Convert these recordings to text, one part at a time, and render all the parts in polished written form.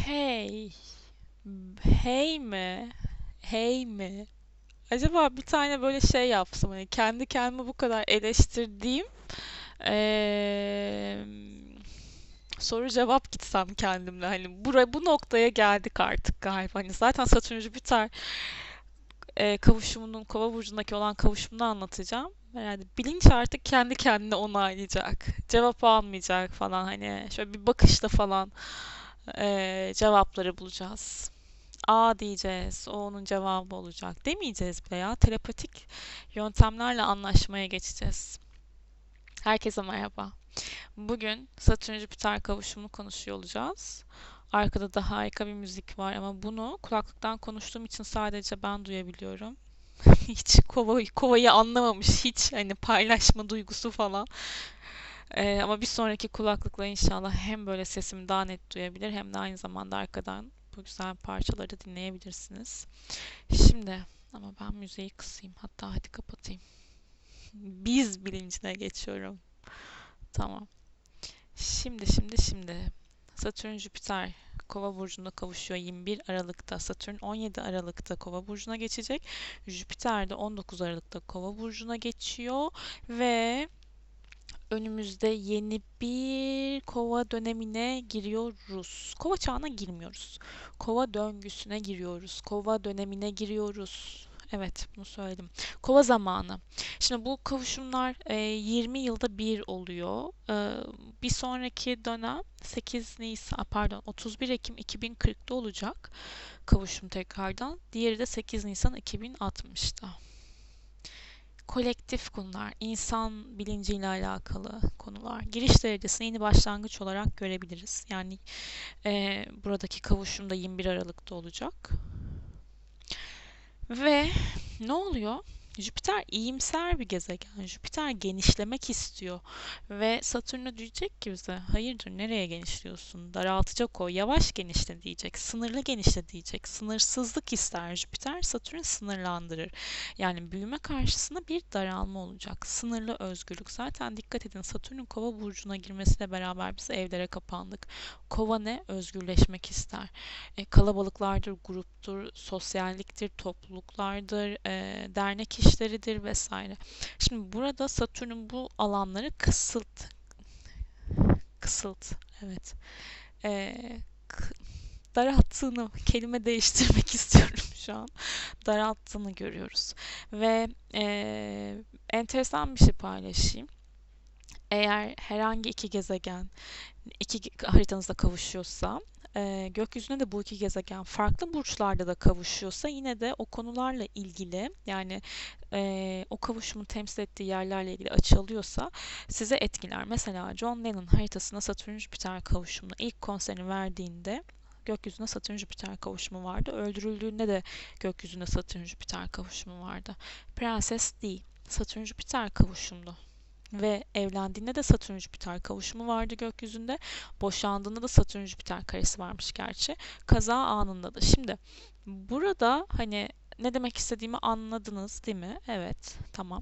Hey. Hey mi? Hey mi? Acaba bir tane böyle şey yapsam hani kendi kendime bu kadar eleştirdiğim eee, soru cevap gitsem kendimle hani bu noktaya geldik artık galiba. Hani zaten Satürn Jüpiter kavuşumunun Kova burcundaki olan kavuşumunu anlatacağım. Yani bilinç artık kendi kendine onaylayacak. Cevap almayacak falan hani şöyle bir bakışla falan cevapları bulacağız. A diyeceğiz. O onun cevabı olacak. Demeyeceğiz bile ya. Telepatik yöntemlerle anlaşmaya geçeceğiz. Herkese merhaba. Bugün Satürn-Jüpiter kavuşumunu konuşuyor olacağız. Arkada da harika bir müzik var ama bunu kulaklıktan konuştuğum için sadece ben duyabiliyorum. Hiç kovayı anlamamış. Hiç hani paylaşma duygusu falan. Ama bir sonraki kulaklıkla inşallah hem böyle sesimi daha net duyabilir hem de aynı zamanda arkadan bu güzel parçaları dinleyebilirsiniz. Şimdi ama ben müziği kısayım. Hatta hadi kapatayım. Biz bilincine geçiyorum. Tamam. Şimdi. Satürn Jüpiter Kova burcunda kavuşuyor 21 Aralık'ta. Satürn 17 Aralık'ta Kova burcuna geçecek. Jüpiter de 19 Aralık'ta Kova burcuna geçiyor ve önümüzde yeni bir kova dönemine giriyoruz. Kova çağına girmiyoruz. Kova döngüsüne giriyoruz. Kova dönemine giriyoruz. Evet, bunu söyledim. Kova zamanı. Şimdi bu kavuşumlar 20 yılda bir oluyor. Bir sonraki dönem 8 Nisan, pardon 31 Ekim 2040'da olacak kavuşum tekrardan. Diğeri de 8 Nisan 2060'ta. Kolektif konular, insan bilinciyle alakalı konular. Giriş derecesini yeni başlangıç olarak görebiliriz. Yani buradaki kavuşum da 21 Aralık'ta olacak. Ve ne oluyor? Jüpiter iyimser bir gezegen. Jüpiter genişlemek istiyor. Ve Satürn'e diyecek ki bize hayırdır nereye genişliyorsun? Daraltacak o. Yavaş genişle diyecek. Sınırlı genişle diyecek. Sınırsızlık ister Jüpiter. Satürn sınırlandırır. Yani büyüme karşısında bir daralma olacak. Sınırlı özgürlük. Zaten dikkat edin Satürn'ün Kova burcuna girmesiyle beraber biz evlere kapandık. Kova ne? Özgürleşmek ister. Kalabalıklardır, gruptur, sosyalliktir, topluluklardır, dernek işleridir vesaire. Şimdi burada Satürn'ün bu alanları kısılt, evet, e, daralttığını, kelime değiştirmek istiyorum şu an, daralttığını görüyoruz. Ve enteresan bir şey paylaşayım. Eğer herhangi iki gezegen iki haritanızda kavuşuyorsa gökyüzüne de bu iki gezegen farklı burçlarda da kavuşuyorsa yine de o konularla ilgili yani o kavuşumun temsil ettiği yerlerle ilgili açı alıyorsa size etkiler. Mesela John Lennon haritasına Satürn-Jüpiter kavuşumunu ilk konserini verdiğinde gökyüzüne Satürn-Jüpiter kavuşumu vardı. Öldürüldüğünde de gökyüzünde Satürn-Jüpiter kavuşumu vardı. Prenses Di Satürn-Jüpiter kavuşumlu ve evlendiğinde de Satürn-Jüpiter kavuşumu vardı gökyüzünde. Boşandığında da Satürn-Jüpiter karesi varmış gerçi. Kaza anında da. Şimdi burada hani ne demek istediğimi anladınız değil mi? Evet, tamam.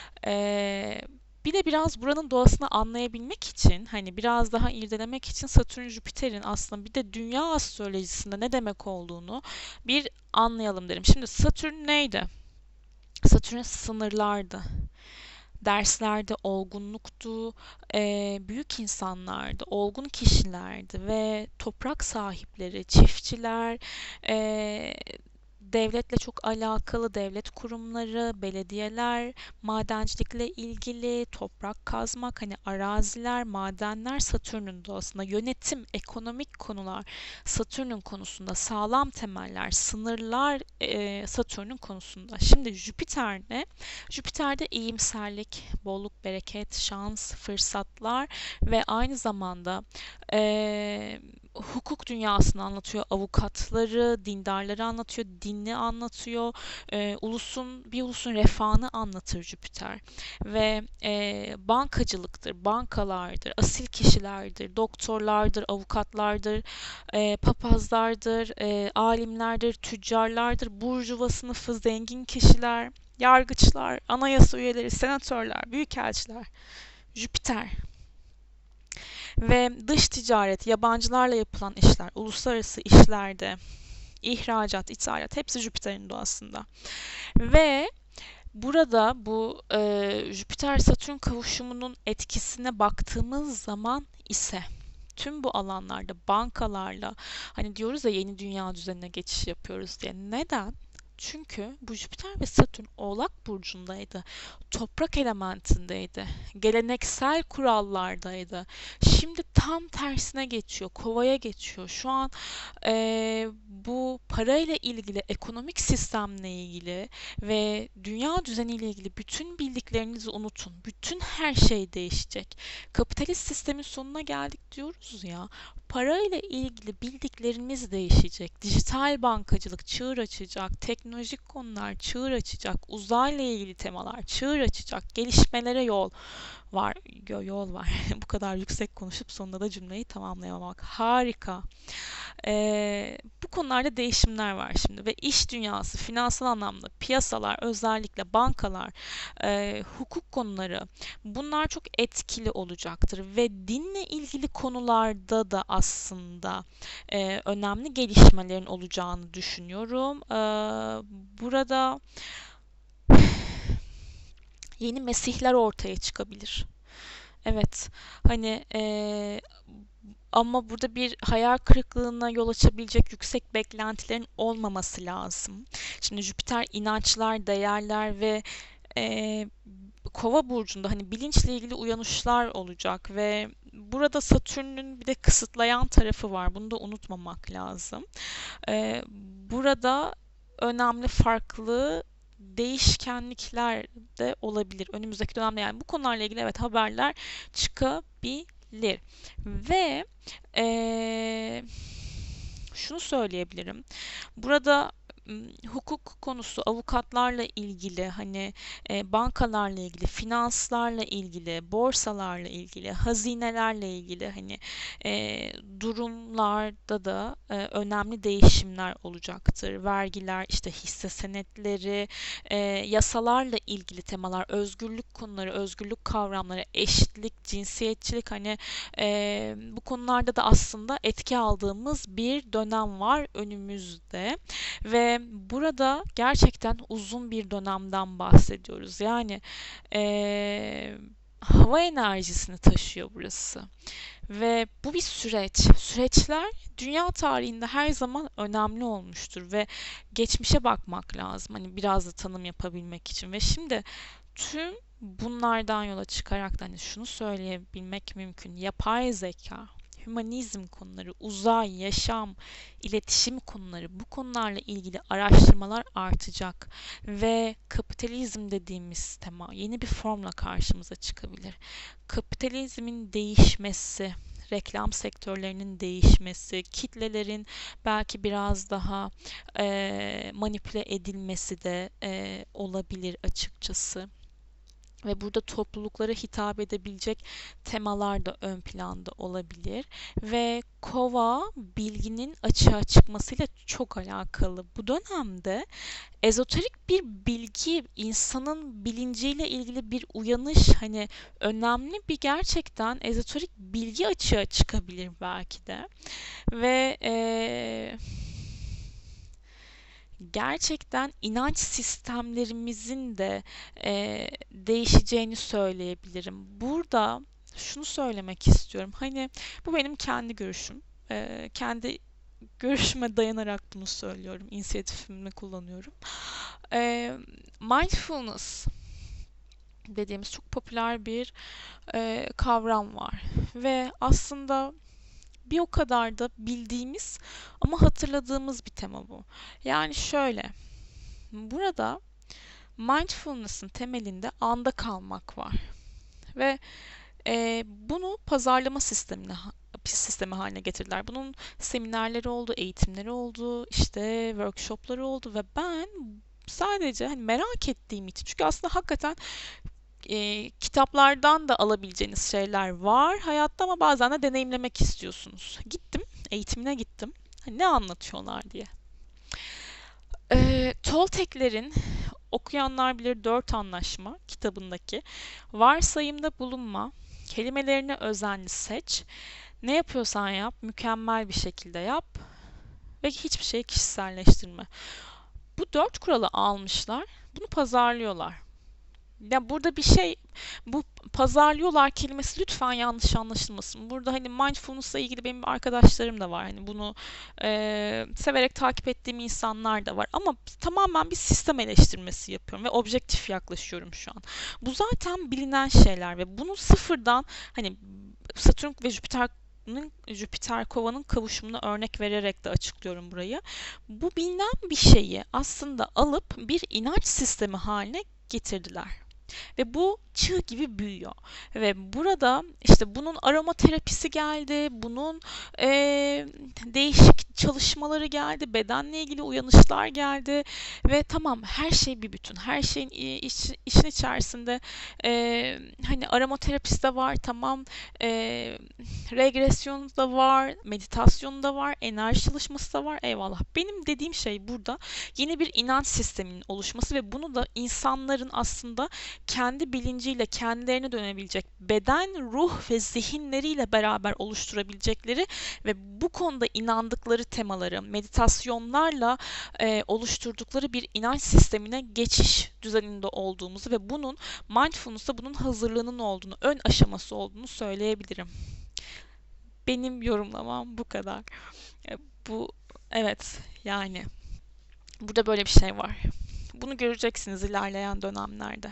Bir de biraz buranın doğasını anlayabilmek için hani biraz daha irdelemek için Satürn Jüpiter'in aslında bir de dünya astrolojisinde ne demek olduğunu bir anlayalım derim. Şimdi Satürn neydi? Satürn sınırlardı, derslerde olgunluktu, büyük insanlardı, olgun kişilerdi ve toprak sahipleri, çiftçiler, e, devletle çok alakalı devlet kurumları, belediyeler, madencilikle ilgili, toprak kazmak, hani araziler, madenler Satürn'ün doğasında, yönetim, ekonomik konular Satürn'ün konusunda, sağlam temeller, sınırlar Satürn'ün konusunda. Şimdi Jüpiter ne? Jüpiter'de iyimserlik, bolluk, bereket, şans, fırsatlar ve aynı zamanda hukuk dünyasını anlatıyor, avukatları, dindarları anlatıyor, dinini anlatıyor, bir ulusun refahını anlatır Jüpiter ve bankacılıktır, bankalardır, asil kişilerdir, doktorlardır, avukatlardır, papazlardır, alimlerdir, tüccarlardır, burjuva sınıfı, zengin kişiler, yargıçlar, anayasa üyeleri, senatörler, büyükelçiler. Jüpiter. Ve dış ticaret, yabancılarla yapılan işler, uluslararası işlerde, ihracat, ithalat hepsi Jüpiter'in doğasında. Ve burada bu Jüpiter-Satürn kavuşumunun etkisine baktığımız zaman ise tüm bu alanlarda, bankalarla, hani diyoruz ya yeni dünya düzenine geçiş yapıyoruz diye. Neden? Çünkü bu Jüpiter ve Satürn Oğlak burcundaydı. Toprak elementindeydi. Geleneksel kurallardaydı. Şimdi tam tersine geçiyor. Kovaya geçiyor. Şu an bu parayla ilgili, ekonomik sistemle ilgili ve dünya düzeniyle ilgili bütün bildiklerinizi unutun. Bütün her şey değişecek. Kapitalist sistemin sonuna geldik diyoruz ya. Parayla ilgili bildiklerimiz değişecek. Dijital bankacılık çığır açacak. Teknolojik konular çığır açacak. Uzayla ilgili temalar çığır açacak. Gelişmelere var. Yol var. Bu kadar yüksek konuşup sonunda da cümleyi tamamlayamamak. Harika. Bu konularda değişimler var şimdi ve iş dünyası, finansal anlamda piyasalar, özellikle bankalar, hukuk konuları bunlar çok etkili olacaktır ve dinle ilgili konularda da aslında önemli gelişmelerin olacağını düşünüyorum. Burada yeni mesihler ortaya çıkabilir. Evet, hani ama burada bir hayal kırıklığına yol açabilecek yüksek beklentilerin olmaması lazım. Şimdi Jüpiter inançlar, değerler ve e, Kova burcunda hani bilinçle ilgili uyanışlar olacak ve burada Satürn'ün bir de kısıtlayan tarafı var. Bunu da unutmamak lazım. Burada önemli farklı değişkenlikler de olabilir. Önümüzdeki dönemde yani bu konularla ilgili evet haberler çıkabilir. Ve şunu söyleyebilirim. Burada hukuk konusu, avukatlarla ilgili, hani bankalarla ilgili, finanslarla ilgili, borsalarla ilgili, hazinelerle ilgili hani durumlarda da önemli değişimler olacaktır. Vergiler, işte hisse senetleri, yasalarla ilgili temalar, özgürlük konuları, özgürlük kavramları, eşitlik, cinsiyetçilik hani bu konularda da aslında etki aldığımız bir dönem var önümüzde. Ve burada gerçekten uzun bir dönemden bahsediyoruz. Yani hava enerjisini taşıyor burası. Ve bu bir süreç. Süreçler dünya tarihinde her zaman önemli olmuştur ve geçmişe bakmak lazım. Hani biraz da tanım yapabilmek için. Ve şimdi tüm bunlardan yola çıkarak da hani şunu söyleyebilmek mümkün. Yapay zeka, hümanizm konuları, uzay, yaşam, iletişim konuları bu konularla ilgili araştırmalar artacak ve kapitalizm dediğimiz tema yeni bir formla karşımıza çıkabilir. Kapitalizmin değişmesi, reklam sektörlerinin değişmesi, kitlelerin belki biraz daha manipüle edilmesi de olabilir açıkçası. Ve burada topluluklara hitap edebilecek temalar da ön planda olabilir. Ve kova bilginin açığa çıkmasıyla çok alakalı. Bu dönemde ezoterik bir bilgi, insanın bilinciyle ilgili bir uyanış, hani önemli bir gerçekten ezoterik bilgi açığa çıkabilir belki de. Ve gerçekten inanç sistemlerimizin de değişeceğini söyleyebilirim. Burada şunu söylemek istiyorum. Hani bu benim kendi görüşüm. Kendi görüşüme dayanarak bunu söylüyorum. İnisiyatifimi kullanıyorum. Mindfulness dediğimiz çok popüler bir kavram var. Ve aslında bir o kadar da bildiğimiz ama hatırladığımız bir tema bu. Yani şöyle, burada mindfulness'ın temelinde anda kalmak var ve bunu pazarlama sistemi haline getirdiler. Bunun seminerleri oldu, eğitimleri oldu, işte workshopları oldu ve ben sadece hani merak ettiğim için çünkü aslında hakikaten kitaplardan da alabileceğiniz şeyler var hayatta ama bazen de deneyimlemek istiyorsunuz. Gittim, eğitimine gittim. Hani ne anlatıyorlar diye. Tolteklerin okuyanlar bilir Dört Anlaşma kitabındaki varsayımda bulunma, Kelimelerini özenli seç. Ne yapıyorsan yap, mükemmel bir şekilde yap ve hiçbir şeyi kişiselleştirme. Bu 4 kuralı almışlar, bunu pazarlıyorlar. Ya burada bir şey, bu pazarlıyorlar kelimesi lütfen yanlış anlaşılmasın. Burada hani mindfulness'la ilgili benim arkadaşlarım da var. Hani bunu severek takip ettiğim insanlar da var. Ama tamamen bir sistem eleştirmesi yapıyorum ve objektif yaklaşıyorum şu an. Bu zaten bilinen şeyler ve bunu sıfırdan hani Satürn ve Jüpiter Kova'nın kavuşumuna örnek vererek de açıklıyorum burayı. Bu bilinen bir şeyi aslında alıp bir inanç sistemi haline getirdiler. Ve bu çığ gibi büyüyor. Ve burada işte bunun aromaterapisi geldi, bunun değişik çalışmaları geldi, bedenle ilgili uyanışlar geldi ve tamam her şey bir bütün. Her şeyin işin içerisinde hani aromaterapisi de var, tamam, regresyon da var, meditasyon da var, enerji çalışması da var, eyvallah. Benim dediğim şey burada yeni bir inanç sisteminin oluşması ve bunu da insanların aslında kendi bilinciyle kendilerine dönebilecek, beden, ruh ve zihinleriyle beraber oluşturabilecekleri ve bu konuda inandıkları temaları meditasyonlarla oluşturdukları bir inanç sistemine geçiş düzeninde olduğumuzu ve bunun mindfulness'ta bunun hazırlığının olduğunu, ön aşaması olduğunu söyleyebilirim. Benim yorumlamam bu kadar. E, Bu evet, yani burada böyle bir şey var. Bunu göreceksiniz ilerleyen dönemlerde.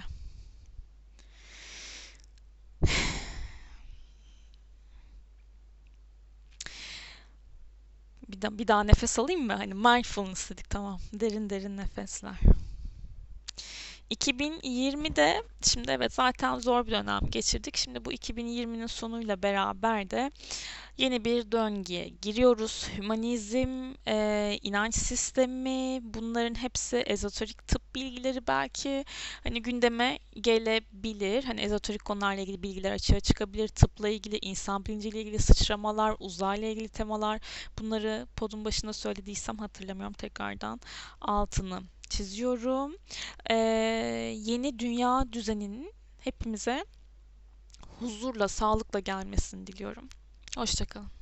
Bir daha nefes alayım mı? Hani mindfulness dedik, tamam. Derin derin nefesler. 2020'de şimdi evet zaten zor bir dönem geçirdik. Şimdi bu 2020'nin sonuyla beraber de yeni bir döngüye giriyoruz. Hümanizm, inanç sistemi, bunların hepsi ezoterik tıp bilgileri belki hani gündeme gelebilir. Hani ezoterik konularla ilgili bilgiler açığa çıkabilir. Tıpla ilgili, insan bilinciyle ilgili sıçramalar, uzayla ilgili temalar. Bunları podun başında söylediysem hatırlamıyorum, tekrardan altını çiziyorum. Ee, Yeni dünya düzeninin hepimize huzurla, sağlıkla gelmesini diliyorum. Hoşça kalın.